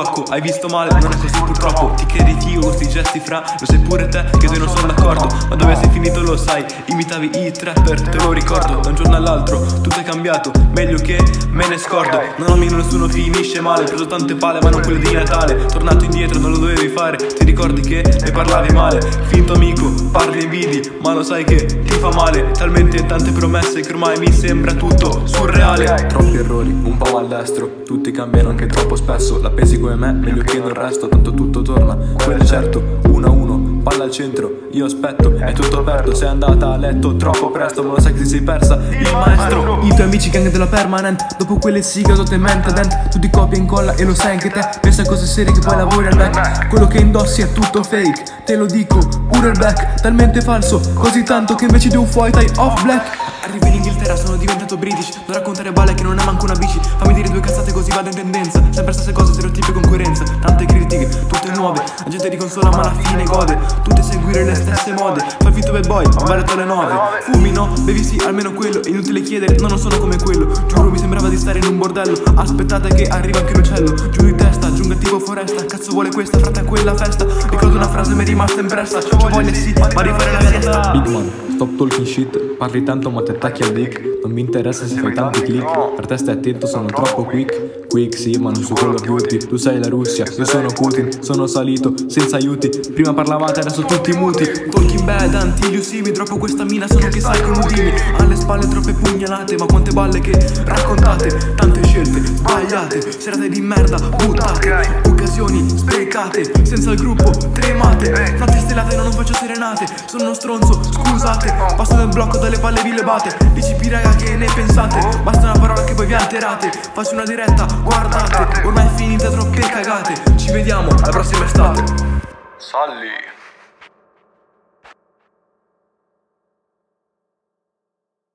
blocco. Hai visto male, non è così purtroppo. Ti credi figo con sti gesti fra, lo sai pure te che io non sono d'accordo. Ma dove sei finito lo sai, imitavi i trapper, te lo ricordo. Da un giorno all'altro tutto è cambiato, meglio che me ne scordo. Non ami nessuno, finisce male, preso tante pale ma non quelle di Natale. Tornato indietro, non lo dovevi fare, ti ricordi che ne parlavi male. Finto amico, parli e invidi, ma lo sai che ti fa male. Talmente tante promesse che ormai mi sembra tutto surreale. Troppi errori, un po' maldestro, tutti cambiano anche troppo spesso. La pensi come me, meglio che non resto, tanto tutto torna, quello è certo. 1-1, palla al centro, io aspetto, è tutto aperto. Sei andata a letto troppo presto, ma lo sai che ti sei persa il maestro. I tuoi amici gang della permanent, dopo quelle sighe te mente dent. Tu ti copia e incolla e lo sai anche te, pensa a cose serie che poi lavori al back. Quello che indossi è tutto fake, te lo dico, pure il back. Talmente falso, così tanto che invece di un fuoi tai off black. Arrivo in Inghilterra, sono diventato British. Non raccontare balle che non è manco una bici. Fammi dire due cazzate così vado in tendenza. Sempre stesse cose, stereotipi e concorrenza. Tante critiche, tutte nuove. La gente riconsola ma alla fine gode. Tutte seguire le stesse mode. Fai finto bad boy, ma vale alle 9. Fumi no, bevi sì, almeno quello. Inutile chiedere, no non sono come quello. Giuro mi sembrava di stare in un bordello. Aspettate che arriva anche l'uccello. Giù di testa, giunga tipo foresta. Cazzo vuole questa, frate a quella festa. Ricordo una frase mi è rimasta impressa. C'ho voglia sì, ma rifare la fiesta. Big man, stop talking shit. Parli tanto ma ti attacchi al dick. Non mi interessa se fai tanti click. Per te stai attento, sono troppo quick. Quick sì, ma non su Call of Duty. Tu sei la Russia, io sono Putin. Sono salito, senza aiuti. Prima parlavate, adesso tutti muti. Talking bad, until mi troppo questa mina, sono che sai con udini. Alle spalle troppe pugnalate, ma quante balle che raccontate. Tante scelte sbagliate, serate di merda buttate. Occasioni sprecate, senza il gruppo tremate. Frate stellate, non faccio serenate. Sono uno stronzo, scusate. Passo nel blocco dalle palle vilebate. Dici raga che ne pensate? Basta una parola che voi vi alterate. Faccio una diretta, guardate. Ormai è finita, troppe cagate. Ci vediamo alla prossima estate. Salli.